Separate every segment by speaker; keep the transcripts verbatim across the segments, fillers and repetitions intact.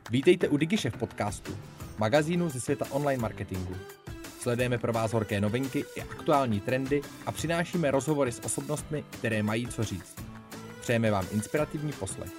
Speaker 1: Vítejte u DigiShef podcastu, magazínu ze světa online marketingu. Sledujeme pro vás horké novinky i aktuální trendy a přinášíme rozhovory s osobnostmi, které mají co říct. Přejeme vám inspirativní poslech.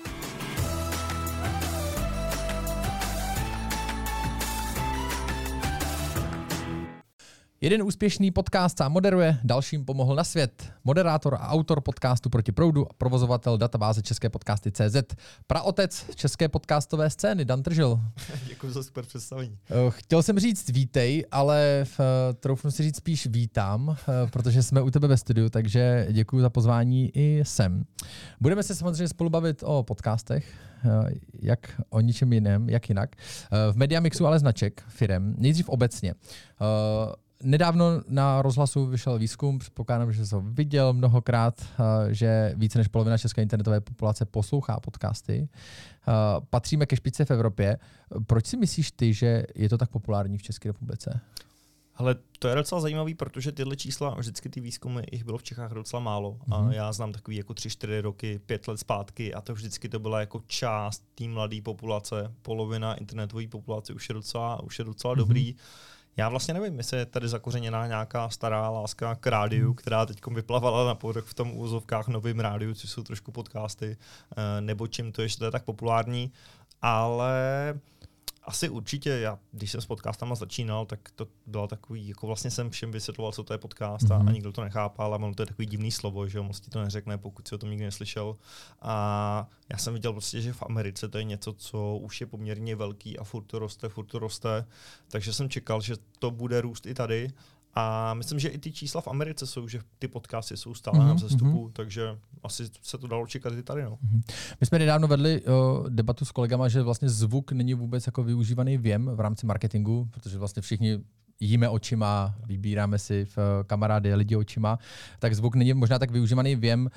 Speaker 1: Jeden úspěšný podcast sám moderuje, dalším pomohl na svět. Moderátor a autor podcastu Proti proudu a provozovatel databáze České podcasty tečka cé zet. Praotec české podcastové scény, Dan Tržil.
Speaker 2: Děkuji za super představení.
Speaker 1: Chtěl jsem říct vítej, ale troufnu si říct spíš vítám, protože jsme u tebe ve studiu, takže děkuji za pozvání i sem. Budeme se samozřejmě spolu bavit o podcastech, jak o ničem jiném, jak jinak. V Mediamixu ale značek, firem, nejdřív obecně. Nedávno na rozhlasu vyšel výzkum, předpokládám, že jsem ho viděl mnohokrát, že více než polovina české internetové populace poslouchá podcasty. Patříme ke špičce v Evropě. Proč si myslíš ty, že je to tak populární v České republice?
Speaker 2: Ale to je docela zajímavý, protože tyhle čísla, vždycky ty výzkumy, jich bylo v Čechách docela málo. Mm-hmm. A já znám takový jako tři, čtyři roky, pět let zpátky a to vždycky to byla jako část té mladé populace. Polovina internetové populace už je docela, už je docela mm-hmm. dobrý. Já vlastně nevím, jestli je tady zakořeněná nějaká stará láska k rádiu, která teď vyplavala na povrch v tom úzovkách novým rádiu, což jsou trošku podcasty, nebo čím to je, že to je tak populární, ale asi určitě, já, když jsem s podcastama začínal, tak to bylo takový, jako vlastně jsem všem vysvětloval, co to je podcast mm-hmm. a, a nikdo to nechápal, a ono to je takový divný slovo, že moc ti to neřekne, pokud si o tom nikdy neslyšel. A já jsem viděl prostě, že v Americe to je něco, co už je poměrně velký a furt to roste, furt to roste, takže jsem čekal, že to bude růst i tady. A myslím, že i ty čísla v Americe jsou, že ty podcasty jsou stále mm-hmm. na vzestupu, mm-hmm. takže asi se to dalo čekat i tady. No.
Speaker 1: Mm-hmm. My jsme nedávno vedli o, debatu s kolegama, že vlastně zvuk není vůbec jako využívaný věm v rámci marketingu, protože vlastně všichni jíme očima, vybíráme si v kamarády lidi očima, tak zvuk není možná tak využívaný věm.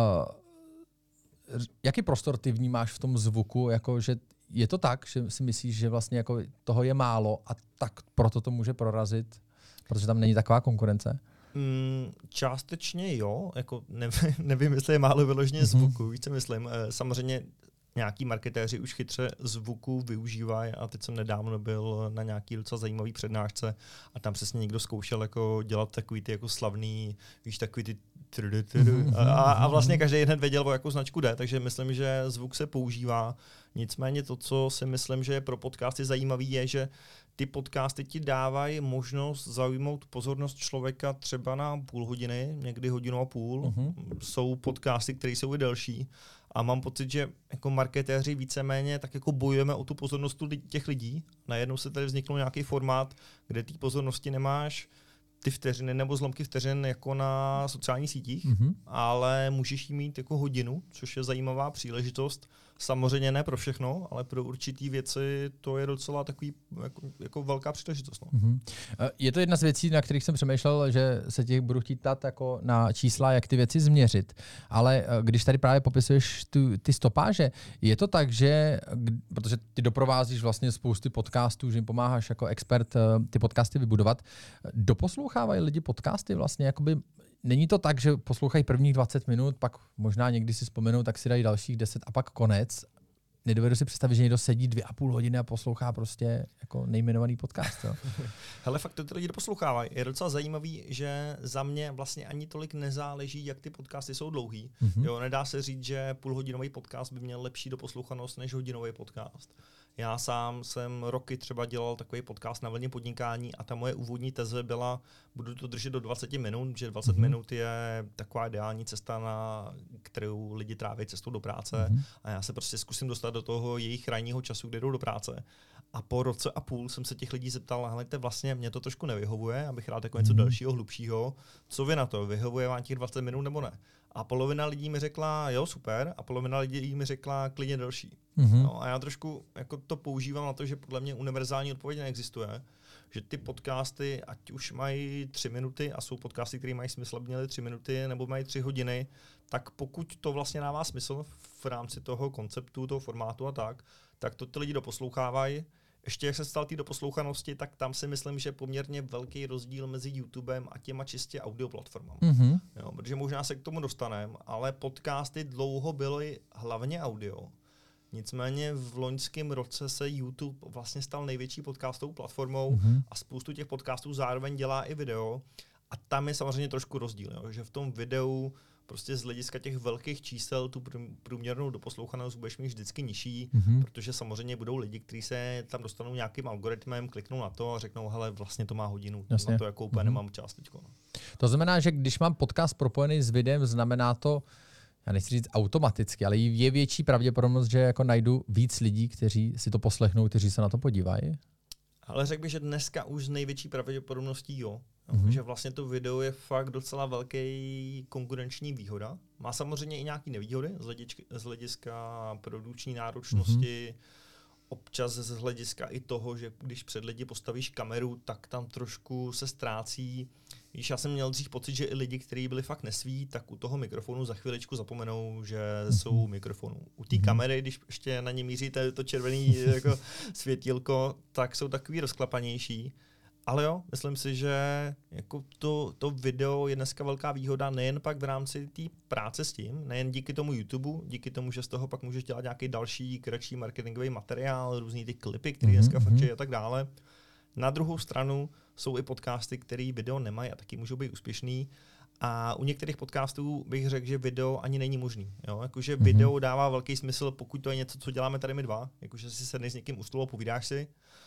Speaker 1: Uh, jaký prostor ty vnímáš v tom zvuku, jako že je to tak, že si myslíš, že vlastně jako toho je málo a tak proto to může prorazit? Protože tam není taková konkurence?
Speaker 2: Mm, částečně jo, jako nevím, nevím, jestli je málo vyloženě zvuku, víc si myslím. Samozřejmě nějaký marketéři už chytře zvuku využívají a teď jsem nedávno byl na nějaký docela zajímavý přednášce a tam přesně někdo zkoušel jako dělat takový ty jako slavný, víš, takový ty a, a vlastně každý hned věděl, o jakou značku jde, takže myslím, že zvuk se používá. Nicméně to, co si myslím, že je pro podcasty zajímavý, je, že ty podcasty ti dávají možnost zaujmout pozornost člověka třeba na půl hodiny, někdy hodinu a půl. Uh-huh. Jsou podcasty, které jsou i delší. A mám pocit, že jako marketéři víceméně tak jako bojujeme o tu pozornost těch lidí. Najednou se tady vznikl nějaký formát, kde té pozornosti nemáš ty vteřiny nebo zlomky vteřin jako na sociálních sítích, mm-hmm. ale můžeš jí mít jako hodinu, což je zajímavá příležitost. Samozřejmě ne pro všechno, ale pro určitý věci to je docela takový jako, jako velká příležitost. No.
Speaker 1: Mm-hmm. Je to jedna z věcí, na kterých jsem přemýšlel, že se těch budu chtít dát jako na čísla, jak ty věci změřit. Ale když tady právě popisuješ tu, ty stopáže, je to tak, že, protože ty doprovázíš vlastně spousty podcastů, že jim pomáháš jako expert ty podcasty vybudovat, doposlouchávají lidi podcasty vlastně, jakoby není to tak, že poslouchají prvních dvacet minut, pak možná někdy si vzpomenou, tak si dají dalších deset a pak konec. Nedovedu si představit, že někdo sedí dvě a půl hodiny a poslouchá prostě jako nejmenovaný podcast. Jo.
Speaker 2: Hele, fakt to ty lidi doposlouchávají. Je docela zajímavý, že za mě vlastně ani tolik nezáleží, jak ty podcasty jsou dlouhý. Mm-hmm. Jo, nedá se říct, že půlhodinový podcast by měl lepší doposlouchanost než hodinový podcast. Já sám jsem roky třeba dělal takový podcast na vlně podnikání a ta moje úvodní teze byla, budu to držet do dvacet minut, že dvacet mm-hmm. minut je taková ideální cesta, na kterou lidi tráví cestou do práce mm-hmm. a já se prostě zkusím dostat do toho jejich ranního času, kde jdou do práce. A po roce a půl jsem se těch lidí zeptal, hleďte, vlastně mě to trošku nevyhovuje, abych rád jako něco mm-hmm. dalšího, hlubšího. Co vy na to? Vyhovuje vám těch dvacet minut nebo ne? A polovina lidí mi řekla, jo, super, a polovina lidí mi řekla, klidně delší. Mm-hmm. No, a já trošku jako to používám na to, že podle mě univerzální odpověď neexistuje, že ty podcasty, ať už mají tři minuty a jsou podcasty, které mají smysl, aby měly tři minuty, nebo mají tři hodiny, tak pokud to vlastně dává smysl v rámci toho konceptu, toho formátu a tak, tak to ty lidi doposlouchávají. Ještě jak se stal té doposlouchanosti, tak tam si myslím, že je poměrně velký rozdíl mezi YouTubem a těma čistě audio platformami. Mm-hmm. Jo, protože možná se k tomu dostaneme, ale podcasty dlouho byly hlavně audio. Nicméně v loňském roce se YouTube vlastně stal největší podcastovou platformou
Speaker 1: mm-hmm.
Speaker 2: a spoustu těch podcastů zároveň dělá i video. A tam je samozřejmě trošku rozdíl, jo? Že v tom videu prostě z hlediska těch velkých čísel tu průměrnou doposlouchanost budeš mít vždycky nižší, mm-hmm. protože samozřejmě budou lidi, kteří se tam dostanou nějakým algoritmem, kliknou na to a řeknou, hele, vlastně to má hodinu, Jasně. na to jako úplně mm-hmm. nemám čas teďko.
Speaker 1: To znamená, že když mám podcast propojený s videem, znamená to, já nechci říct automaticky, ale je větší pravděpodobnost, že jako najdu víc lidí, kteří si to poslechnou, kteří se na to podívají?
Speaker 2: Ale řekl bych, že dneska už z největší pravděpodobností jo.
Speaker 1: Mm-hmm.
Speaker 2: Že vlastně to video je fakt docela velký konkurenční výhoda. Má samozřejmě i nějaké nevýhody z hlediska, z hlediska produkční náročnosti, mm-hmm. občas z hlediska i toho, že když před lidi postavíš kameru, tak tam trošku se ztrácí. Víš, já jsem měl dřív pocit, že i lidi, kteří byli fakt nesví, tak u toho mikrofonu za chviličku zapomenou, že mm-hmm. jsou u mikrofonu. U té mm-hmm. kamery, když ještě na ně míříte to červené jako světílko, tak jsou takový rozklapanější. Ale jo, myslím si, že jako to, to video je dneska velká výhoda nejen pak v rámci té práce s tím, nejen díky tomu YouTube, díky tomu, že z toho pak můžeš dělat nějaký další, kratší marketingový materiál, různý ty klipy, které mm-hmm. dneska frčí a tak dále. Na druhou stranu jsou i podcasty, které video nemají a taky můžou být úspěšný. A u některých podcastů bych řekl, že video ani není možný. Jo? Jakože mm-hmm. video dává velký smysl, pokud to je něco, co děláme tady my dva. Jakože si sedneš s někým u stolu a povídáš si.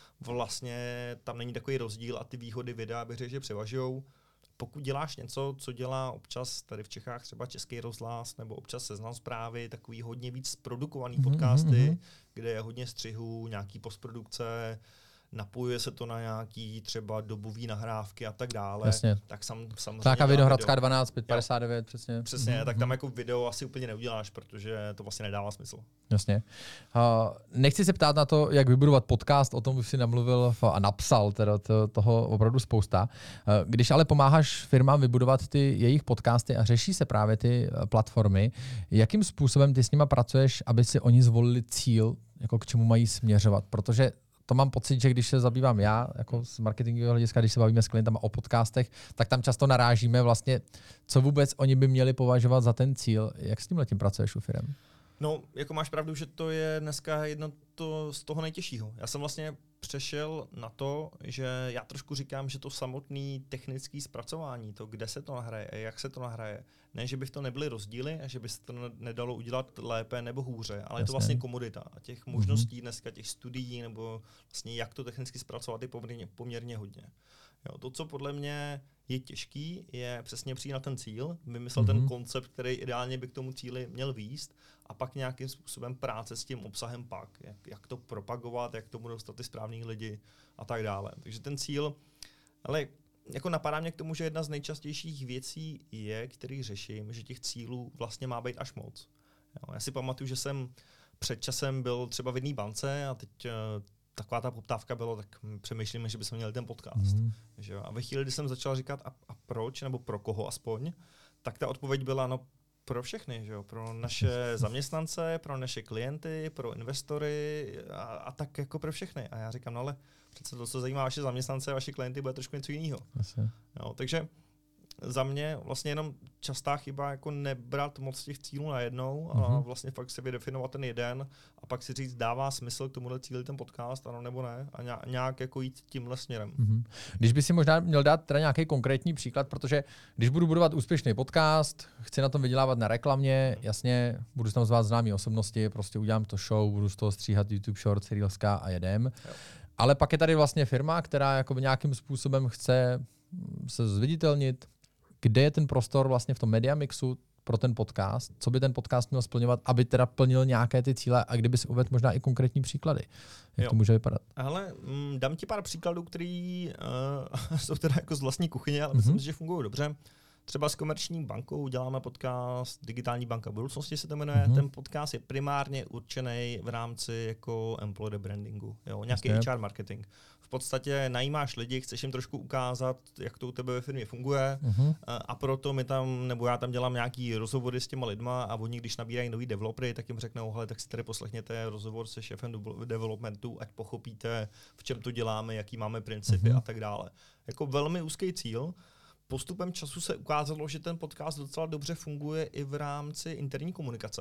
Speaker 2: Vlastně tam není takový rozdíl a ty výhody videa bych řekl, že převažujou. Pokud děláš něco, co dělá občas tady v Čechách třeba Český rozhlas nebo občas Seznam Zprávy, takový hodně víc produkovaný podcasty, mm-hmm. kde je hodně střihů, nějaký postprodukce, napojuje se to na nějaký třeba dobový nahrávky a tak dále.
Speaker 1: Jasně.
Speaker 2: Tak sam, samozřejmě
Speaker 1: Taká Vinohradská dvanáct pět padesát devět, přesně.
Speaker 2: Přesně, mm-hmm. tak tam jako video asi úplně neuděláš, protože to vlastně nedává smysl.
Speaker 1: Jasně. Uh, nechci se ptát na to, jak vybudovat podcast, o tom už si namluvil a napsal teda to, toho opravdu spousta. Uh, když ale pomáháš firmám vybudovat ty jejich podcasty a řeší se právě ty platformy, jakým způsobem ty s nima pracuješ, aby si oni zvolili cíl, jako k čemu mají směřovat? Protože to mám pocit, že když se zabývám já, jako z marketingového hlediska, když se bavíme s klientama o podcastech, tak tam často narážíme vlastně, co vůbec oni by měli považovat za ten cíl. Jak s tímhletím pracuješ u firem?
Speaker 2: No, jako máš pravdu, že to je dneska jedno to z toho nejtěžšího. Já jsem vlastně přešel na to, že já trošku říkám, že to samotné technické zpracování, to, kde se to nahraje, jak se to nahraje, ne, že by to nebyly rozdíly a že by se to nedalo udělat lépe nebo hůře, ale Jasně. je to vlastně komodita. A těch možností dneska, těch studií nebo vlastně jak to technicky zpracovat je poměrně, poměrně hodně. Jo, to, co podle mě je těžký, je přesně přijít na ten cíl, vymyslet mm-hmm. ten koncept, který ideálně by k tomu cíli měl vést a pak nějakým způsobem práce s tím obsahem pak, jak, jak to propagovat, jak tomu dostat ty správný lidi a tak dále. Takže ten cíl, ale jako napadá mě k tomu, že jedna z nejčastějších věcí je, který řeším, že těch cílů vlastně má být až moc. Jo, já si pamatuju, že jsem před časem byl třeba v jedné bance a teď taková ta poptávka byla, tak přemýšlíme, že bychom měli ten podcast. Mm. Že jo? A ve chvíli, kdy jsem začal říkat, a, a proč, nebo pro koho aspoň, tak ta odpověď byla, no pro všechny, že jo? Pro naše zaměstnance, pro naše klienty, pro investory a, a tak jako pro všechny. A já říkám, no ale přece to, co zajímá vaše zaměstnance a vaše klienty, bude trošku něco jiného. Jo, takže za mě vlastně jenom častá chyba jako nebrat moc těch cílů najednou a mm-hmm. vlastně fakt si vydefinovat ten jeden a pak si říct, dává smysl k tomuhle cíli ten podcast, ano nebo ne, a nějak jako jít tímhle směrem.
Speaker 1: Mm-hmm. Když by si možná měl dát teda nějaký konkrétní příklad, protože když budu budovat úspěšný podcast, chci na tom vydělávat na reklamě, jasně, budu tam zvát známý osobnosti, prostě udělám to show, budu z toho stříhat YouTube Shorts, Reelska a jedem. Jo. Ale pak je tady vlastně firma, která jako nějakým způsobem chce se zviditelnit. Kde je ten prostor vlastně v tom media mixu pro ten podcast? Co by ten podcast měl splňovat, aby teda plnil nějaké ty cíle a kdyby si uvedl možná i konkrétní příklady? Jak jo. to může vypadat?
Speaker 2: Ale mm, dám ti pár příkladů, který uh, jsou teda jako z vlastní kuchyně, ale mm-hmm. myslím si, že fungují dobře. Třeba s Komerční bankou děláme podcast Digitální banka budoucnosti se to jmenuje. Mm-hmm. Ten podcast je primárně určený v rámci jako employer brandingu, jo, nějaký Jasně. H R marketing. V podstatě najímáš lidi, chceš jim trošku ukázat, jak to u tebe ve firmě funguje mm-hmm. a proto my tam, nebo já tam dělám nějaký rozhovory s těma lidma a oni, když nabírají nový developery, tak jim řeknou, hele, tak si tady poslechněte rozhovor se šéfem developmentu, ať pochopíte, v čem to děláme, jaký máme principy mm-hmm. a tak dále. Jako velmi úzký cíl. Postupem času se ukázalo, že ten podcast docela dobře funguje i v rámci interní komunikace.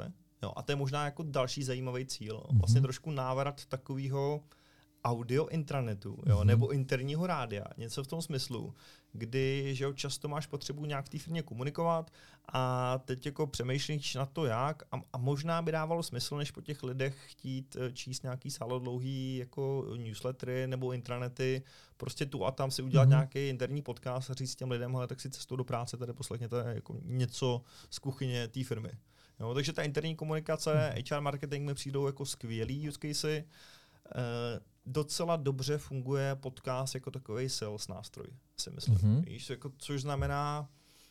Speaker 2: Jo, a to je možná jako další zajímavý cíl. Vlastně mm-hmm. trošku návrat takového audio intranetu, jo, mm-hmm. nebo interního rádia, něco v tom smyslu, kdy že jo, často máš potřebu nějak v té firmě komunikovat a teď jako přemýšlíš na to jak a, a možná by dávalo smysl, než po těch lidech chtít číst nějaký sálodlouhý jako newslettery nebo intranety, prostě tu a tam si udělat mm-hmm. nějaký interní podcast a říct těm lidem, ale tak si cestou do práce tady poslechněte jako něco z kuchyně té firmy. Jo, takže ta interní komunikace, mm-hmm. H R marketing mi přijdou jako skvělý use casey. Uh, docela dobře funguje podcast jako takový sales nástroj, si myslím. Mm-hmm. Víš, jako, což znamená,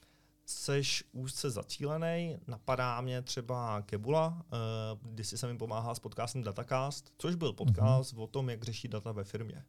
Speaker 2: seš úzce zacílený, napadá mě třeba Kebula, uh, kdy si se mi pomáhá s podcastem Datacast, což byl podcast mm-hmm. o tom, jak řešit data ve firmě.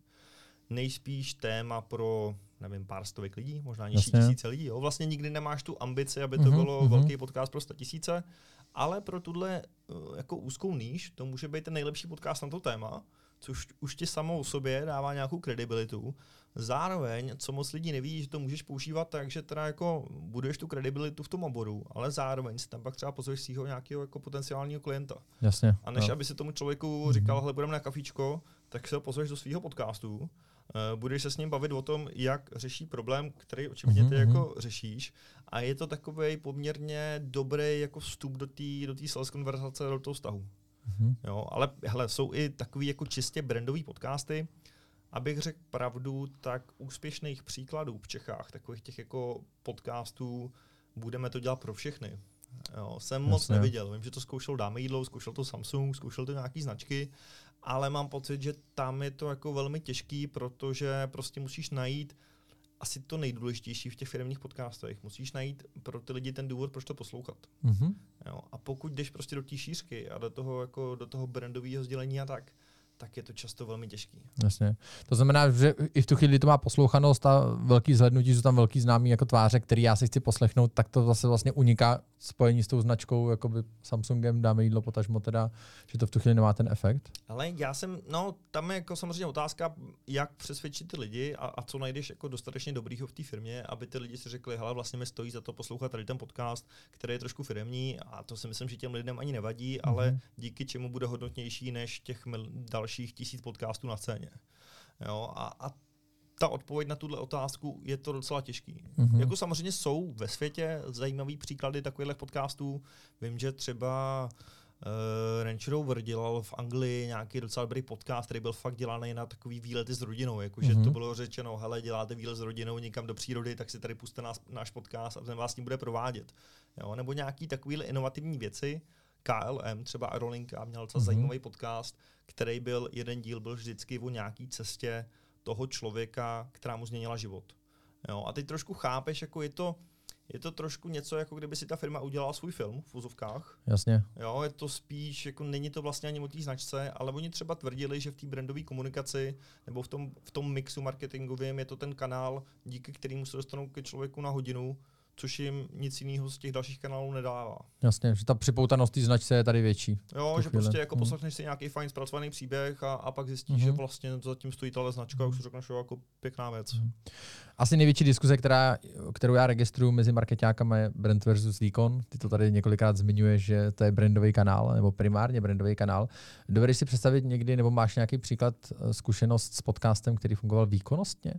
Speaker 2: Nejspíš téma pro, nevím, pár stovek lidí, možná nižší tisíce lidí. Jo? Vlastně nikdy nemáš tu ambici, aby to mm-hmm. bylo mm-hmm. velký podcast pro sto tisíce, ale pro tuhle uh, jako úzkou níž to může být ten nejlepší podcast na to téma, což už ti samo o sobě dává nějakou kredibilitu. Zároveň, co moc lidí neví, že to můžeš používat tak, že teda jako buduješ tu kredibilitu v tom oboru, ale zároveň si tam pak třeba pozveš svého nějakého jako potenciálního klienta.
Speaker 1: Jasně.
Speaker 2: A než
Speaker 1: no.
Speaker 2: aby si tomu člověku říkal, hele, budeme na kafíčko, tak se ho pozveš do svého podcastu, uh, budeš se s ním bavit o tom, jak řeší problém, který očividně ty mm-hmm. jako řešíš. A je to takovej poměrně dobrý jako vstup do té do té sales konverzace, do toho vztahu. Mm-hmm. Jo, ale hele, jsou i takový jako čistě brandový podcasty. Abych řekl pravdu, tak úspěšných příkladů v Čechách, takových těch jako podcastů, budeme to dělat pro všechny. Jo, jsem Jasně. moc neviděl. Vím, že to zkoušel Dáme jídlo, zkoušel to Samsung, zkoušel to nějaký značky, ale mám pocit, že tam je to jako velmi těžký, protože prostě musíš najít asi to nejdůležitější v těch firemních podcastech. Musíš najít pro ty lidi ten důvod, proč to poslouchat. Mm-hmm. Jo, a pokud jdeš prostě do té šířky a do toho, jako, do toho brandového sdělení a tak, tak je to často velmi těžký.
Speaker 1: Jasně. To znamená, že i v tu chvíli to má poslouchanost a velký zhlédnutí, jsou tam velký známý jako tváře, který já si chci poslechnout, tak to zase vlastně uniká spojení s tou značkou, jakoby Samsungem, Dáme jídlo, potažmo teda, že to v tu chvíli nemá ten efekt.
Speaker 2: Ale já jsem, no tam je jako samozřejmě otázka, jak přesvědčit ty lidi a, a co najdeš jako dostatečně dobrýho v té firmě, aby ty lidi si řekli, hele, vlastně mi stojí za to poslouchat tady ten podcast, který je trošku firemní a to si myslím, že těm lidem ani nevadí, mm-hmm. ale díky čemu bude hodnotnější než těch mil, dalších tisíc podcastů na scéně. Jo, a, a ta odpověď na tuhle otázku je to docela těžký. Mm-hmm. Jako samozřejmě jsou ve světě zajímavý příklady takových podcastů. Vím, že třeba uh, Range Rover dělal v Anglii nějaký docela dobrý podcast, který byl fakt dělaný na takový výlety s rodinou. Jakože mm-hmm. to bylo řečeno, hele, děláte výlet s rodinou někam do přírody, tak si tady puste nás, náš podcast a ten vás s ním bude provádět. Jo, nebo nějaký takovýhle inovativní věci. K L M, třeba Aerolinka, měl docela mm-hmm. zajímavý podcast, který byl, jeden díl byl vždycky o nějaký cestě toho člověka, která mu změnila život. Jo, a teď trošku chápeš, jako je to, je to trošku něco, jako kdyby si ta firma udělala svůj film v úzovkách.
Speaker 1: Jasně.
Speaker 2: Jo, je to spíš, jako není to vlastně ani o té značce, ale oni třeba tvrdili, že v té brandové komunikaci nebo v tom, v tom mixu marketingovém je to ten kanál, díky kterému se dostanou ke člověku na hodinu, což jim nic jiného z těch dalších kanálů nedává.
Speaker 1: Jasně, že ta připoutanost té značce je tady větší.
Speaker 2: Jo, že prostě jako hmm. poslechneš si nějaký fajn zpracovaný příběh a, a pak zjistíš, hmm. že vlastně zatím stojí tahle značka a už si řekneš, že jako pěkná věc. Hmm.
Speaker 1: Asi největší diskuze, která, kterou já registruju mezi marketákama, je brand versus výkon. Ty to tady několikrát zmiňuješ, že to je brandový kanál, nebo primárně brandový kanál. Dovedeš si představit někdy, nebo máš nějaký příklad, zkušenost s podcastem, který fungoval výkonnostně?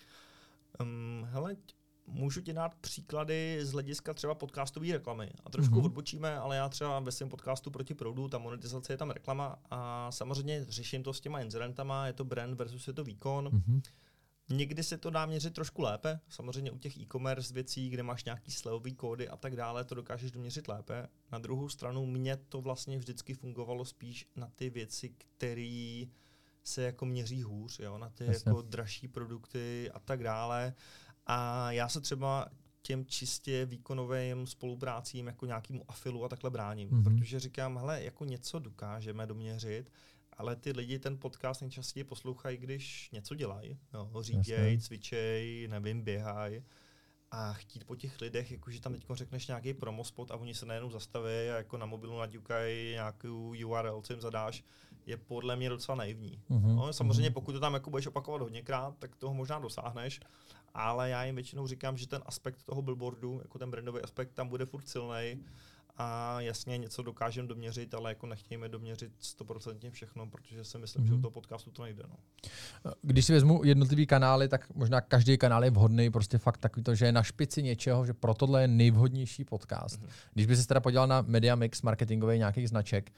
Speaker 2: Um, hele, můžu ti dát příklady z hlediska třeba podcastové reklamy. A trošku mm-hmm. odbočíme, ale já třeba ve svém podcastu Proti proudu, ta monetizace je tam reklama a samozřejmě řeším to s těma inzerentama, je to brand versus je to výkon. Mm-hmm. Někdy se to dá měřit trošku lépe. Samozřejmě u těch e-commerce věcí, kde máš nějaký slevový kódy a tak dále, to dokážeš doměřit lépe. Na druhou stranu mě to vlastně vždycky fungovalo spíš na ty věci, které se jako měří hůř, jo? Na ty Jasně. jako dražší produkty a tak dále. A já se třeba těm čistě výkonovým spoluprácím jako nějakému afilu a takhle bráním, mm-hmm. protože říkám, hele, jako něco dokážeme doměřit, ale ty lidi ten podcast nejčastěji poslouchají, když něco dělají, jo, říděj, cvičej, nevím, běhaj a chtít po těch lidech, jakože tam teď řekneš nějaký promospot a oni se najednou zastaví a jako na mobilu naťukají nějakou U R L, co jim zadáš, je podle mě docela naivní. Mm-hmm. No, samozřejmě pokud to tam jako budeš opakovat hodněkrát, tak toho možná dosáhneš, ale já jim většinou říkám, že ten aspekt toho billboardu, jako ten brandový aspekt, tam bude furt silnej a jasně něco dokážeme doměřit, ale jako nechtějme doměřit stoprocentně všechno, protože si myslím, mm-hmm. že u toho podcastu to nejde. No.
Speaker 1: Když si vezmu jednotlivý kanály, tak možná každý kanál je vhodný, prostě fakt takový to, že je na špici něčeho, že pro tohle je nejvhodnější podcast. Mm-hmm. Když by se teda podíval na media mix marketingový nějakých značek,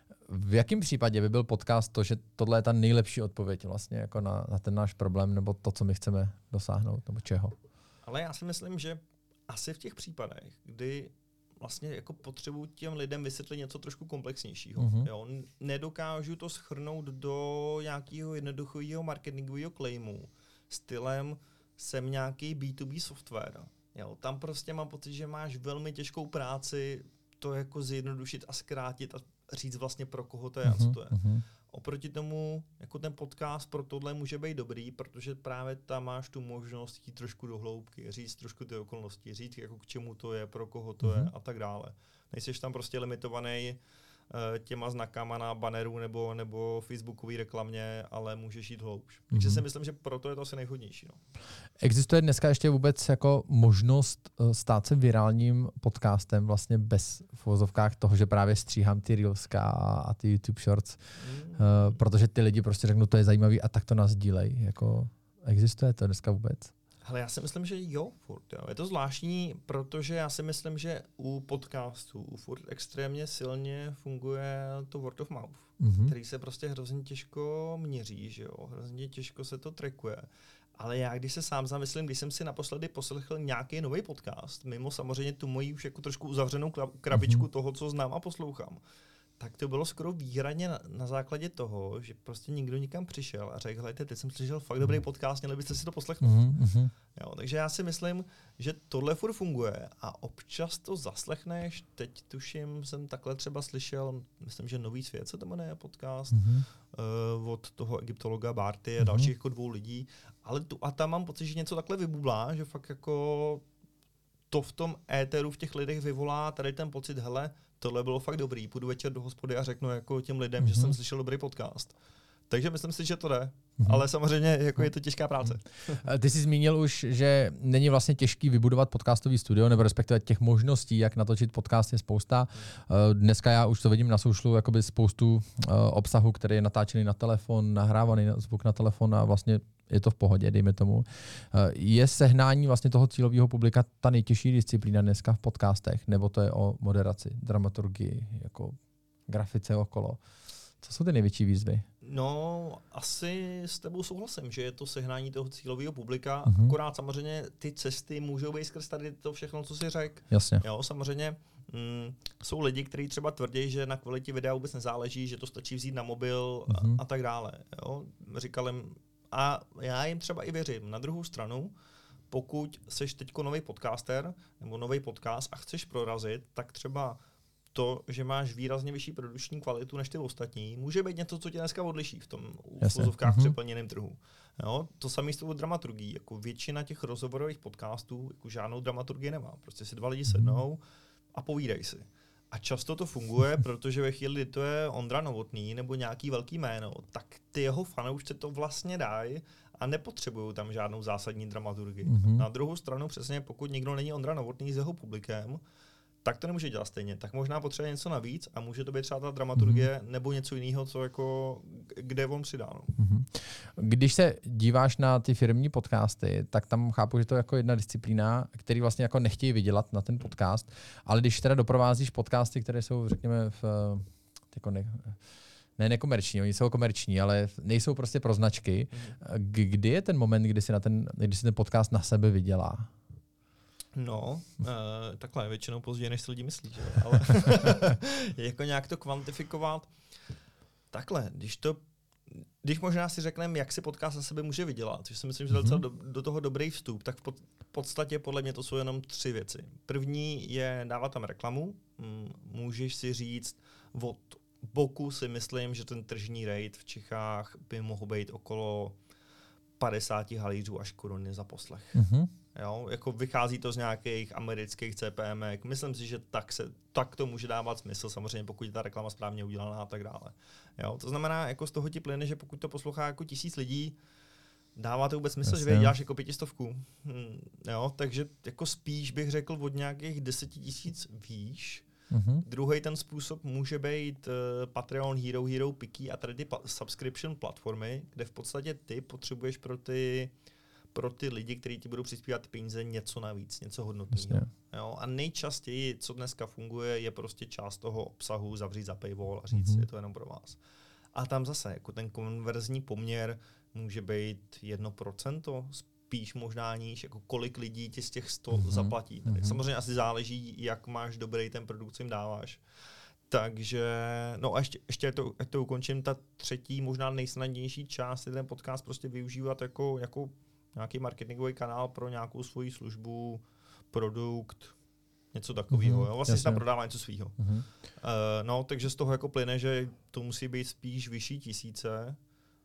Speaker 1: v jakém případě by byl podcast to, že tohle je ta nejlepší odpověď vlastně jako na, na ten náš problém, nebo to, co my chceme dosáhnout, nebo čeho?
Speaker 2: Ale já si myslím, že asi v těch případech, kdy vlastně jako potřebuji těm lidem vysvětlit něco trošku komplexnějšího. Mm-hmm. Jo? Nedokážu to shrnout do nějakého jednoduchého marketingového claimu stylem jsem nějaký bé dvě bé software. Jo? Tam prostě mám pocit, že máš velmi těžkou práci to jako zjednodušit a zkrátit a říct vlastně pro koho to je mm-hmm. a co to je. Mm-hmm. Oproti tomu, jako ten podcast pro tohle může být dobrý, protože právě tam máš tu možnost jít trošku do hloubky, říct trošku ty okolnosti, říct jako k čemu to je, pro koho to mm-hmm. je a tak dále. Nejseš tam prostě limitovaný uh, těma znakama na banneru nebo, nebo facebookové reklamě, ale můžeš jít hloubš. Mm-hmm. Takže si myslím, že proto je to asi nejvhodnější. No.
Speaker 1: Existuje dneska ještě vůbec jako možnost uh, stát se virálním podcastem vlastně bez v uvozovkách toho, že právě stříhám ty reelska a ty YouTube shorts, mm. uh, protože ty lidi prostě řeknou, to je zajímavý a tak to nás dílej. Jako, existuje to dneska vůbec?
Speaker 2: Ale já si myslím, že jo, furt. Jo. Je to zvláštní, protože já si myslím, že u podcastů furt extrémně silně funguje to word of mouth, mm-hmm. který se prostě hrozně těžko měří, že jo, hrozně těžko se to trackuje. Ale já, když se sám zamyslím, když jsem si naposledy poslechl nějaký nový podcast, mimo samozřejmě tu moji už jako trošku uzavřenou krabičku mm-hmm. toho, co znám a poslouchám, tak to bylo skoro výhradně na, na základě toho, že prostě někdo někam přišel a řekl, hejte, teď jsem slyšel fakt dobrý podcast, měli byste si to poslechnout. Mm-hmm. Jo, takže já si myslím, že tohle furt funguje a občas to zaslechneš. Teď tuším, jsem takhle třeba slyšel, myslím, že Nový svět se to jmenuje podcast, mm-hmm. uh, od toho egyptologa Barty a mm-hmm. dalších jako dvou lidí, ale tu a tam mám pocit, že něco takhle vybublá, že fakt jako to v tom éteru v těch lidech vyvolá tady ten pocit, hele, tohle bylo fakt dobrý, půjdu večer do hospody a řeknu jako těm lidem, mm-hmm. že jsem slyšel dobrý podcast. Takže myslím si, že to jde, mm-hmm. ale samozřejmě jako je to těžká práce.
Speaker 1: Ty jsi zmínil už, že není vlastně těžký vybudovat podcastový studio, nebo respektive těch možností, jak natočit podcast je spousta. Dneska já už to vidím na socialu, jakoby spoustu obsahu, který je natáčený na telefon, nahrávaný zvuk na telefon a vlastně je to v pohodě, dejme tomu. Je sehnání vlastně toho cílového publika ta nejtěžší disciplína dneska v podcastech, nebo to je o moderaci, dramaturgii, jako grafice okolo? Co jsou ty největší výzvy?
Speaker 2: No, asi s tebou souhlasím, že je to sehnání toho cílového publika, mm-hmm. akorát samozřejmě ty cesty můžou být skrz tady to všechno, co jsi řekl.
Speaker 1: Jasně.
Speaker 2: Jo, samozřejmě mm, jsou lidi, kteří třeba tvrdí, že na kvalitě videa vůbec nezáleží, že to stačí vzít na mobil mm-hmm. a, a tak dále. Jo. Říkal jim, a já jim třeba i věřím. Na druhou stranu, pokud seš teďko nový podcaster nebo nový podcast a chceš prorazit, tak třeba to, že máš výrazně vyšší produkční kvalitu než ty ostatní, může být něco, co tě dneska odliší v tom uvozovkách mm-hmm. přeplněném trhu. Jo? To samé s tou dramaturgií. Jako většina těch rozhovorových podcastů jako žádnou dramaturgii nemá. Prostě si dva lidi mm-hmm. sednou a povídají si. A často to funguje, protože ve chvíli, kdy to je Ondra Novotný nebo nějaký velký jméno, tak ty jeho fanoušci to vlastně dají a nepotřebují tam žádnou zásadní dramaturgii. Mm-hmm. Na druhou stranu přesně, pokud někdo není Ondra Novotný s jeho publikem, tak to nemůže dělat stejně. Tak možná potřebuje něco navíc a může to být třeba ta dramaturgie mm-hmm. nebo něco jiného, co jako, kde on přidá. No.
Speaker 1: Mm-hmm. Když se díváš na ty firmní podcasty, tak tam chápu, že to je jako jedna disciplína, který vlastně jako nechtějí vydělat na ten podcast, ale když teda doprovázíš podcasty, které jsou, řekněme, v, jako ne, ne nekomerční, oni jsou komerční, ale nejsou prostě pro značky, mm-hmm. kdy je ten moment, kdy si, na ten, kdy si ten podcast na sebe vydělá?
Speaker 2: No, uh, takhle, většinou později, než si lidi myslí, že? Ale jako nějak to kvantifikovat. Takhle, když to, když možná si řekneme, jak si podcast na sebe může vydělat, což si myslím, že je docela do, do toho dobrý vstup, tak v pod, podstatě podle mě to jsou jenom tři věci. První je dávat tam reklamu. Můžeš si říct, od boku si myslím, že ten tržní rate v Čechách by mohl být okolo padesát halířů až koruny za poslech. Mm-hmm. Jo, jako vychází to z nějakých amerických C P M ek. Myslím si, že tak, se, tak to může dávat smysl, samozřejmě pokud je ta reklama správně udělaná a tak dále. Jo, to znamená, jako z toho ti plyne, že pokud to poslouchá jako tisíc lidí, dává to vůbec smysl, Jasně. že vyděláš jako pětistovku. Hm, jo, takže jako spíš bych řekl od nějakých deseti tisíc výš, Mm-hmm. Druhý ten způsob může být uh, Patreon, Hero, Hero, Piky a tady ty pa- subscription platformy, kde v podstatě ty potřebuješ pro ty pro ty lidi, kteří ti budou přispívat peníze, něco navíc, něco hodnotného. Jo? A nejčastěji, co dneska funguje, je prostě část toho obsahu zavřít za paywall a říct, mm-hmm. je to jenom pro vás. A tam zase, jako ten konverzní poměr může být jedno procento, spíš možná níž, jako kolik lidí ti z těch sto mm-hmm. zaplatí. Mm-hmm. Samozřejmě asi záleží, jak máš dobrý ten produkt, co jim dáváš. Takže, no a ještě, ještě to, ať to ukončím, ta třetí, možná nejsnadnější část je ten podcast prostě využívat jako, jako nějaký marketingový kanál pro nějakou svoji službu, produkt, něco takového. Mm-hmm, vlastně si tam prodává něco svýho. Mm-hmm. Uh, no, takže z toho jako plyne, že to musí být spíš vyšší tisíce,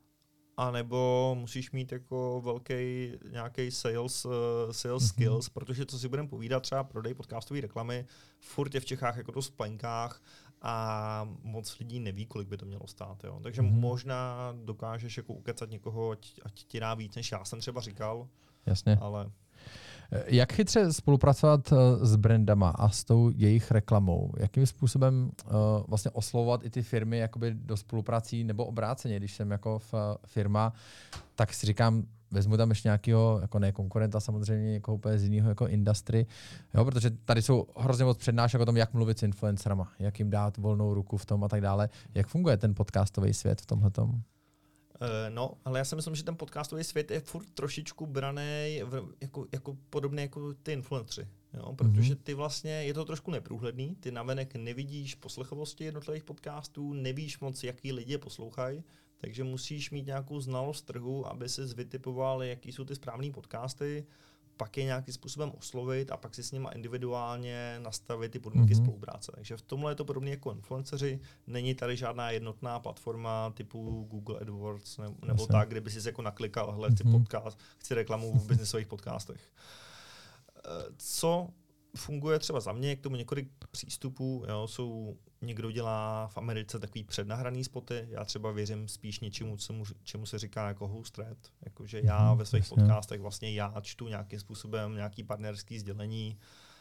Speaker 2: anebo musíš mít jako velký nějaký sales, uh, sales mm-hmm. skills, protože co si budeme povídat, třeba prodej podcastové reklamy, furt je v Čechách jako to v plenkách a moc lidí neví, kolik by to mělo stát. Jo. Takže mm-hmm. možná dokážeš jako ukecat někoho, ať, ať ti dá víc, než já jsem třeba říkal.
Speaker 1: Jasně.
Speaker 2: Ale...
Speaker 1: Jak chytře spolupracovat s brandama a s tou jejich reklamou? Jakým způsobem uh, vlastně oslovovat i ty firmy jakoby do spoluprací nebo obráceně? Když jsem jako v, firma, tak si říkám, vezmu tam ještě nějakého, jako ne konkurenta, samozřejmě někoho úplně z jiného jako industry, jo, protože tady jsou hrozně moc přednášek o tom, jak mluvit s influencerama, jak jim dát volnou ruku v tom a tak dále. Jak funguje ten podcastový svět v tomhletom?
Speaker 2: No, ale já si myslím, že ten podcastový svět je furt trošičku braný jako, jako podobný jako ty influenceri. Jo? Protože ty vlastně, je to trošku neprůhledný, ty navenek nevidíš poslechovosti jednotlivých podcastů, nevíš moc, jaký lidi poslouchají, takže musíš mít nějakou znalost trhu, aby si vytipoval, jaký jsou ty správný podcasty, pak je nějakým způsobem oslovit a pak si s nima individuálně nastavit ty podmínky mm-hmm. spolupráce. Takže v tomhle je to podobně jako influenceři. Není tady žádná jednotná platforma typu Google AdWords nebo, nebo tak, kde by si jako naklikal, hle, chci mm-hmm. podcast, chci reklamu v biznesových podcastech. Co funguje třeba za mě, k tomu několik přístupů. Jo, jsou, někdo dělá v Americe takový přednahraný spoty, já třeba věřím spíš něčemu, čemu, čemu se říká jako host read, jakože já ve svých podcastech vlastně já čtu nějakým způsobem nějaký partnerský sdělení.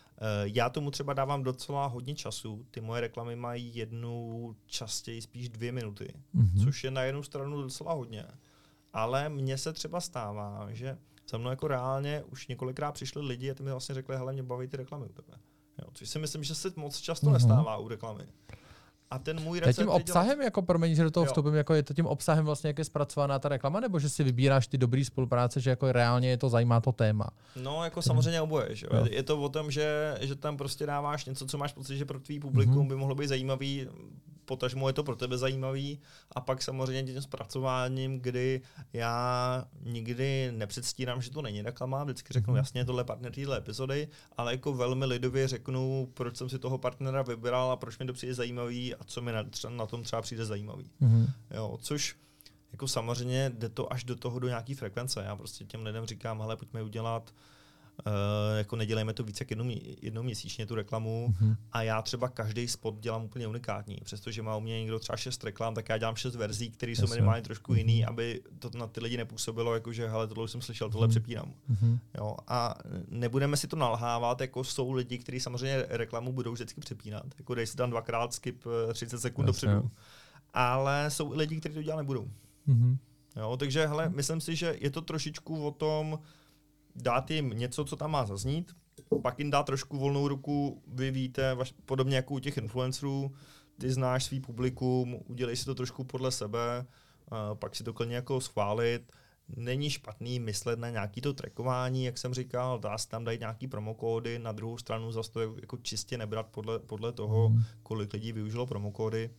Speaker 2: Já tomu třeba dávám docela hodně času, ty moje reklamy mají jednu, častěji spíš dvě minuty, mm-hmm. což je na jednu stranu docela hodně, ale mně se třeba stává, že za mnou jako reálně už několikrát přišli lidi a ty mi vlastně řekli, hele, mě baví ty reklamy u tebe. Jo, což si myslím, že se moc často mm-hmm. nestává u reklamy. A ten můj recept...
Speaker 1: Je tím obsahem, dělat... jako promiň, že do toho vstupím, jako je to tím obsahem vlastně, jak je zpracovaná ta reklama, nebo že si vybíráš ty dobrý spolupráce, že jako reálně je to zajímá to téma?
Speaker 2: No, jako samozřejmě oboje, že jo. Je to o tom, že, že tam prostě dáváš něco, co máš pocit, že pro tvý publikum mm-hmm. by mohlo být zajímavý, potažmo je to pro tebe zajímavý, a pak samozřejmě tím zpracováním, kdy já nikdy nepředstírám, že to není reklama, vždycky řeknu, jasně, tohle je partner téhle epizody, ale jako velmi lidově řeknu, proč jsem si toho partnera vybral a proč mi to přijde zajímavý a co mi na, na tom třeba přijde zajímavý. Mm-hmm. Jo, což jako samozřejmě jde to až do toho do nějaký frekvence. Já prostě těm lidem říkám, hele, pojďme udělat Uh, jako nedělejme to víc jak jednou, jednou měsíčně tu reklamu mm-hmm. a já třeba každý spot dělám úplně unikátní. Přestože má u mě někdo třeba šest reklam, tak já dělám šest verzí, které jsou minimálně trošku mm-hmm. jiný, aby to na ty lidi nepůsobilo, jakože hele, tohle už jsem slyšel, tohle mm-hmm. přepínám. Mm-hmm. Jo, a nebudeme si to nalhávat, jako jsou lidi, kteří samozřejmě reklamu budou vždycky přepínat. Jako dej si tam dvakrát skip třicet sekund dopředu. Ale jsou i lidi, kteří to dělat nebudou. Mm-hmm. Jo, takže hele, myslím si, že je to trošičku o tom, dát jim něco, co tam má zaznít, pak jim dát trošku volnou ruku, vy víte, vaš, podobně jako u těch influencerů, ty znáš svý publikum, udělej si to trošku podle sebe, uh, pak si to klidně jako schválit. Není špatný myslet na nějaký to trackování, jak jsem říkal, dá se tam dát nějaký promokódy, na druhou stranu zase to jako čistě nebrat podle, podle toho, mm. kolik lidí využilo promokódy.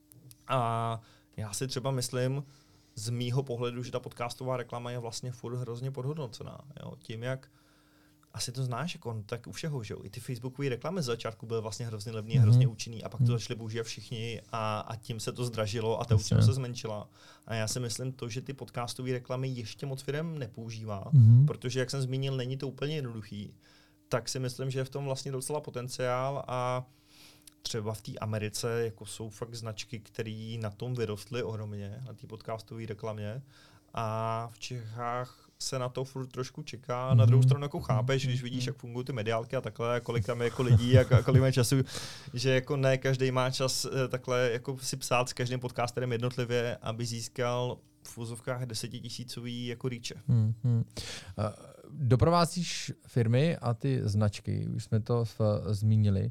Speaker 2: A já si třeba myslím, z mýho pohledu, že ta podcastová reklama je vlastně furt hrozně podhodnocená. Jo? Tím, jak asi to znáš, jako, tak u všeho, že jo? I ty facebookové reklamy z začátku byly vlastně hrozně levný, mm-hmm. hrozně účinný a pak to začali používat všichni a, a tím se to zdražilo a ta účinnost se zmenšila. A já si myslím to, že ty podcastové reklamy ještě moc firem nepoužívá, mm-hmm. protože, jak jsem zmínil, není to úplně jednoduchý, tak si myslím, že je v tom vlastně docela potenciál a třeba v té Americe jako jsou fakt značky, které na tom vyrostly ohromně, na té podcastové reklamě. A v Čechách se na to furt trošku čeká. Na druhou stranu jako chápeš, když vidíš, jak fungují ty mediálky a takhle, kolik tam je jako lidí a kolik má času, že jako ne každý má čas takhle jako si psát s každým podcasterem jednotlivě, aby získal v úzovkách desetitisícový jako reach. Hmm, hmm.
Speaker 1: Doprovázíš firmy a ty značky, už jsme to v, zmínili,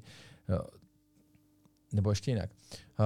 Speaker 1: nebo ještě jinak.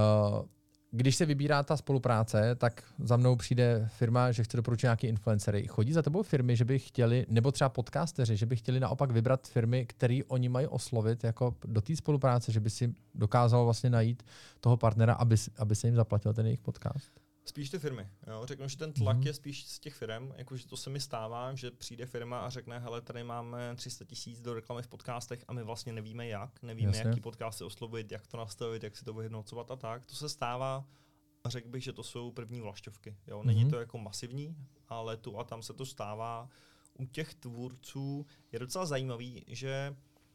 Speaker 1: Když se vybírá ta spolupráce, tak za mnou přijde firma, že chce doporučit nějaký influencery. Chodí za tebou firmy, že by chtěli, nebo třeba podcasteři, že by chtěli naopak vybrat firmy, které oni mají oslovit jako do té spolupráce, že by si dokázal vlastně najít toho partnera, aby, aby se jim zaplatil ten jejich podcast?
Speaker 2: Spíš ty firmy. Jo? Řeknu, že ten tlak mm-hmm. je spíš z těch firm, jakože to se mi stává, že přijde firma a řekne, hele, tady máme tři sta tisíc do reklamy v podcastech a my vlastně nevíme jak, nevíme, Jasně. jaký podcasty oslovit, jak to nastavit, jak si to vyhodnocovat a tak. To se stává, řekl bych, že to jsou první vlašťovky. Jo? Není mm-hmm. to jako masivní, ale tu a tam se to stává. U těch tvůrců je docela zajímavý, že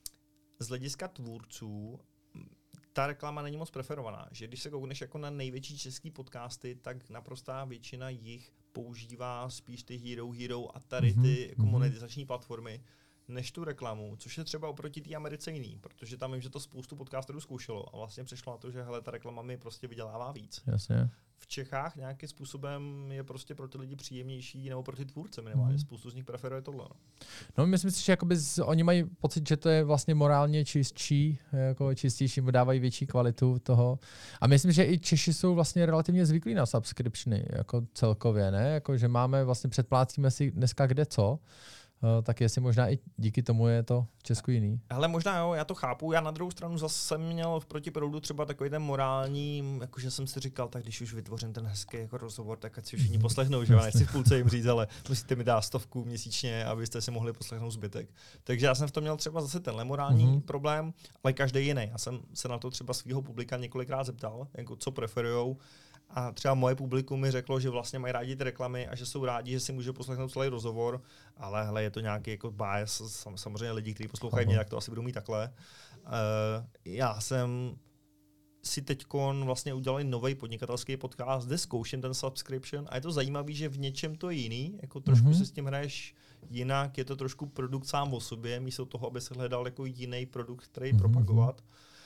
Speaker 2: z hlediska tvůrců ta reklama není moc preferovaná, že když se koukneš jako na největší český podcasty, tak naprostá většina jich používá spíš ty Hero Hero a tady ty mm-hmm. jako monetizační platformy, než tu reklamu, což je třeba oproti té Americe jiný, protože tam vím, že to spoustu podcasterů zkoušelo a vlastně přišlo na to, že hele, ta reklama mi prostě vydělává víc.
Speaker 1: Jasně.
Speaker 2: V Čechách nějakým způsobem je prostě pro ty lidi příjemnější, nebo pro ty tvůrce minimálně. Mm. Spoustu z nich preferuje tohle. No,
Speaker 1: no myslím si, že jakoby z, oni mají pocit, že to je vlastně morálně čistší, jako čistější, dávají větší kvalitu toho. A myslím, že i Češi jsou vlastně relativně zvyklí na subscriptiony, jako celkově, ne? Jako, že máme vlastně, předplácíme si dneska kde co. Uh, tak jestli možná i díky tomu je to v Česku jiný.
Speaker 2: Hele, možná jo, já to chápu. Já na druhou stranu zase jsem měl v protiproudu třeba takový ten morální, jakože jsem si říkal, tak když už vytvořím ten hezký jako rozhovor, tak ať si všichni poslechnou, že jo, nechci v půlce jim říct, ale musíte mi dát stovku měsíčně, abyste si mohli poslechnout zbytek. Takže já jsem v tom měl třeba zase tenhle morální mm-hmm. problém, ale každý jiný. Já jsem se na to třeba svého publika několikrát zeptal, jako co preferujou. A třeba moje publikum mi řeklo, že vlastně mají rádi ty reklamy a že jsou rádi, že si může poslechnout celý rozhovor, ale hele, je to nějaký jako bias, sam, samozřejmě lidi, kteří poslouchají mě, tak to asi budou mít takhle. Uh, já jsem si teďkon vlastně udělal nový podnikatelský podcast, kde zkouším ten subscription a je to zajímavé, že v něčem to je jiný, jako trošku mm-hmm. si s tím hraješ jinak, je to trošku produkt sám o sobě, místo toho, aby se hledal jako jiný produkt, který mm-hmm. propagovat.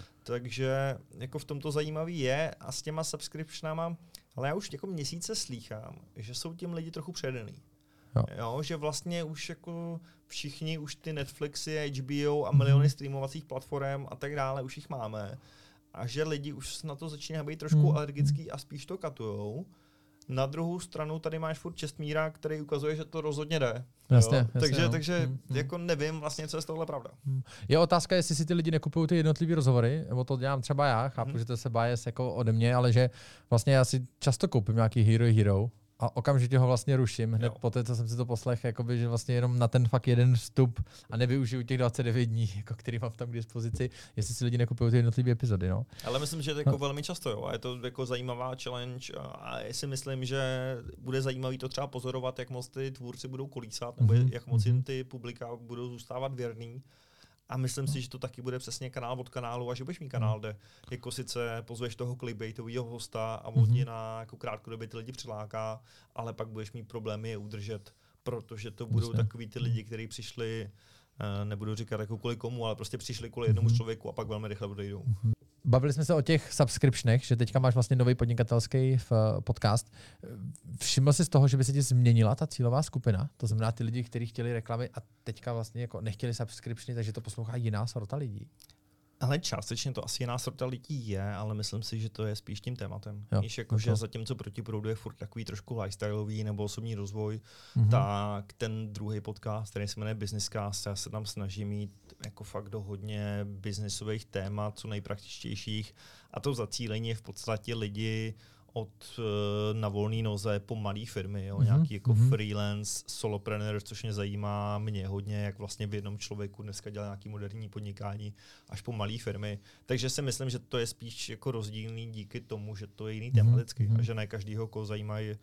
Speaker 2: Takže jako v tomto zajímavý je a s těma subscriptionama, ale já už jako měsíce slýchám, že jsou tím lidi trochu předený. Jo. Jo, že vlastně už jako všichni už ty Netflixy, H B O a miliony mm-hmm. streamovacích platform a tak dále už jich máme. A že lidi už na to začínají být trošku mm-hmm. alergický a spíš to katujou. Na druhou stranu tady máš furt Čestmíra, který ukazuje, že to rozhodně jde.
Speaker 1: Jasně, jasně,
Speaker 2: takže
Speaker 1: no.
Speaker 2: takže
Speaker 1: hmm,
Speaker 2: jako nevím vlastně, co je z tohle pravda.
Speaker 1: Je otázka, jestli si ty lidi nekupují ty jednotlivý rozhovory, nebo to dělám třeba já, chápu, hmm. že to se bias jako ode mě, ale že vlastně já si často koupím nějaký Hero Hero a okamžitě ho vlastně ruším, hned po té, co jsem si to poslechl, jakoby, že vlastně jenom na ten fakt jeden vstup a nevyužiju těch dvacet devět dní, jako který mám tam k dispozici, jestli si lidi nekupují ty jednotlivé epizody. No.
Speaker 2: Ale myslím, že to je jako no. velmi často, jo, a je to jako zajímavá challenge a já si myslím, že bude zajímavý to třeba pozorovat, jak moc ty tvůrci budou kolísat, nebo mm-hmm. jak moc jim ty publika budou zůstávat věrný. A myslím si, že to taky bude přesně kanál od kanálu a že budeš mít kanál, kde jako sice pozveš toho clickbaitového hosta a on mm-hmm. na jako krátkodobě ty lidi přiláká, ale pak budeš mít problémy je udržet, protože to budou Myslím. takový ty lidi, kteří přišli, nebudu říkat jako kvůli komu, ale prostě přišli kvůli jednomu mm-hmm. člověku a pak velmi rychle odejdou. Mm-hmm.
Speaker 1: Bavili jsme se o těch subscriptionech, že teďka máš vlastně nový podnikatelský podcast. Všiml jsi z toho, že by se ti změnila ta cílová skupina? To znamená ty lidi, kteří chtěli reklamy a teďka vlastně jako nechtěli subscriptiony, takže to poslouchá jiná sorta lidí?
Speaker 2: Ale částečně to asi jiná sorta lidí je, ale myslím si, že to je spíš tím tématem. Víš, jako, že zatímco protiproudu je furt takový trošku lifestyleový nebo osobní rozvoj, mm-hmm. tak ten druhý podcast, který se jmenuje Businesscast, já se tam snažím mít jako fakt do hodně businessových témat, co nejpraktičtějších. A to zacílení je v podstatě lidi od uh, na volný noze po malý firmy, jo, mm-hmm. nějaký jako mm-hmm. freelance, solopreneur, což mě zajímá mě hodně, jak vlastně v jednom člověku dneska dělá nějaký moderní podnikání, až po malý firmy. Takže si myslím, že to je spíš jako rozdílný díky tomu, že to je jiný tematicky mm-hmm. a že ne každýho, koho zajímají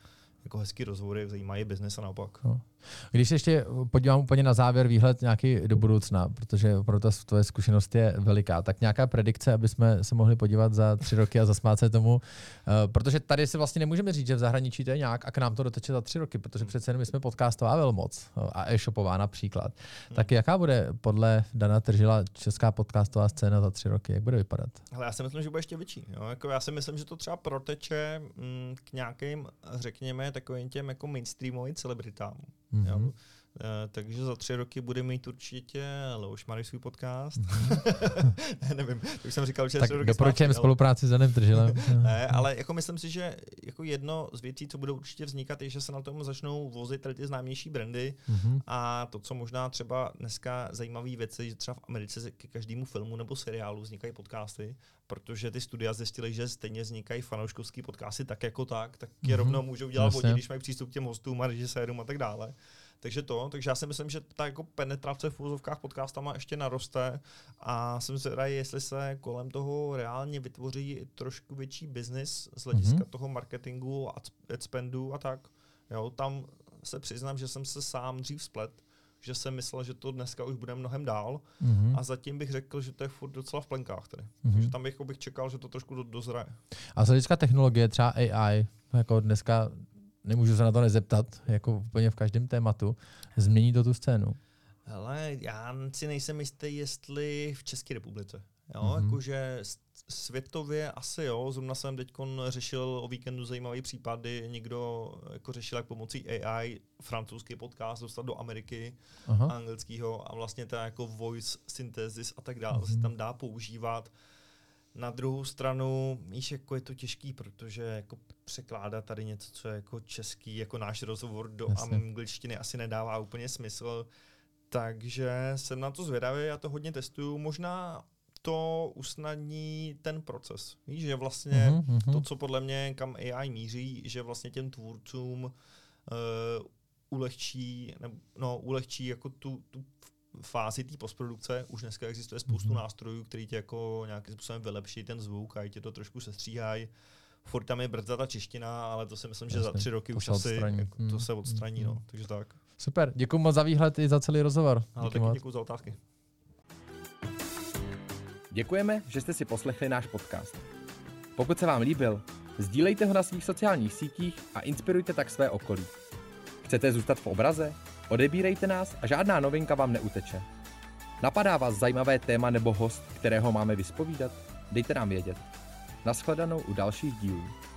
Speaker 2: jako hezký rozhovory, zajímají biznes a naopak.
Speaker 1: No. Když se ještě podívám úplně na závěr, výhled nějaký do budoucna, protože opravdu ta tvoje zkušenost je veliká, tak nějaká predikce, aby jsme se mohli podívat za tři roky a zasmát se tomu, uh, protože tady si vlastně nemůžeme říct, že v zahraničí to je nějak a k nám to doteče za tři roky, protože přece jen my jsme podcastová velmoc a e-shopová například. Hmm. Tak jaká bude podle Dana Tržila česká podcastová scéna za tři roky? Jak bude vypadat?
Speaker 2: Ale já si myslím, že bude ještě větší. Jo? Jako já si myslím, že to třeba proteče mm, k nějakým, řekněme, takovým těm jako mainstreamovým celebritám. Mm-hmm. Jo? E, takže za tři roky bude mít určitě Leoš Marek svůj podcast. Mm-hmm. Nevím, to už jsem říkal, že
Speaker 1: tak
Speaker 2: tři roky
Speaker 1: doporučujeme
Speaker 2: ale...
Speaker 1: spolupráci s Danem Tržilem.
Speaker 2: Ne, ale jako myslím si, že jako jedno z věcí, co budou určitě vznikat, je, že se na tom začnou vozit tady ty známější brandy mm-hmm. a to, co možná třeba dneska zajímavé věci, že třeba v Americe ke každému filmu nebo seriálu vznikají podcasty, protože ty studia zjistily, že stejně vznikají fanouškovský podcasty tak jako tak, tak je mm-hmm. rovnou můžou dělat oni, když mají přístup k těm hostům a režisérům a tak dále. Takže to, takže já si myslím, že ta jako penetrace v úzovkách podcastama ještě naroste a jsem zvědavý, jestli se kolem toho reálně vytvoří trošku větší biznis z hlediska mm-hmm. toho marketingu, ad spendu a tak. Jo, tam se přiznám, že jsem se sám dřív splet, že jsem myslel, že to dneska už bude mnohem dál mm-hmm. a zatím bych řekl, že to je furt docela v plenkách tady. Mm-hmm. Takže tam bych, bych čekal, že to trošku do, dozraje.
Speaker 1: A z hlediska technologie, třeba A I, jako dneska nemůžu se na to nezeptat, jako úplně v každém tématu, změní to tu scénu?
Speaker 2: Hele, já si nejsem jistý, jestli v České republice. Jo,
Speaker 1: mm-hmm.
Speaker 2: jakože světově asi jo, zrovna jsem teď řešil o víkendu zajímavý případ, kdy někdo jako řešil, jak pomocí A I francouzský podcast dostat do Ameriky, Aha. anglického a vlastně ta jako voice synthesis a tak dále mm-hmm. se tam dá používat. Na druhou stranu, víš, jako je to těžký, protože jako překládat tady něco, co je jako český, jako náš rozhovor do Jasně. angličtiny asi nedává úplně smysl. Takže jsem na to zvědavý, já to hodně testuju. Možná to usnadní ten proces. Víš, že vlastně mm-hmm. to, co podle mě kam A I míří, že vlastně těm tvůrcům uh, ulehčí, nebo, no, ulehčí jako tu, tu fázi té postprodukce. Už dneska existuje spoustu mm-hmm. nástrojů, který tě jako nějakým způsobem vylepší ten zvuk a tě to trošku sestříhají. Furt tam je brzda ta čeština, ale to si myslím, že Jasně, za tři roky už asi jako, to se odstraní. Mm-hmm. No. Takže tak.
Speaker 1: Super, děkuji moc za výhled i za celý rozhovor.
Speaker 2: Ale taky děkuji za otázky.
Speaker 3: Děkujeme, že jste si poslechli náš podcast. Pokud se vám líbil, sdílejte ho na svých sociálních sítích a inspirujte tak své okolí. Chcete zůstat v obraze? Odebírejte nás a žádná novinka vám neuteče. Napadá vás zajímavé téma nebo host, kterého máme vyspovídat? Dejte nám vědět. Nashledanou u dalších dílů.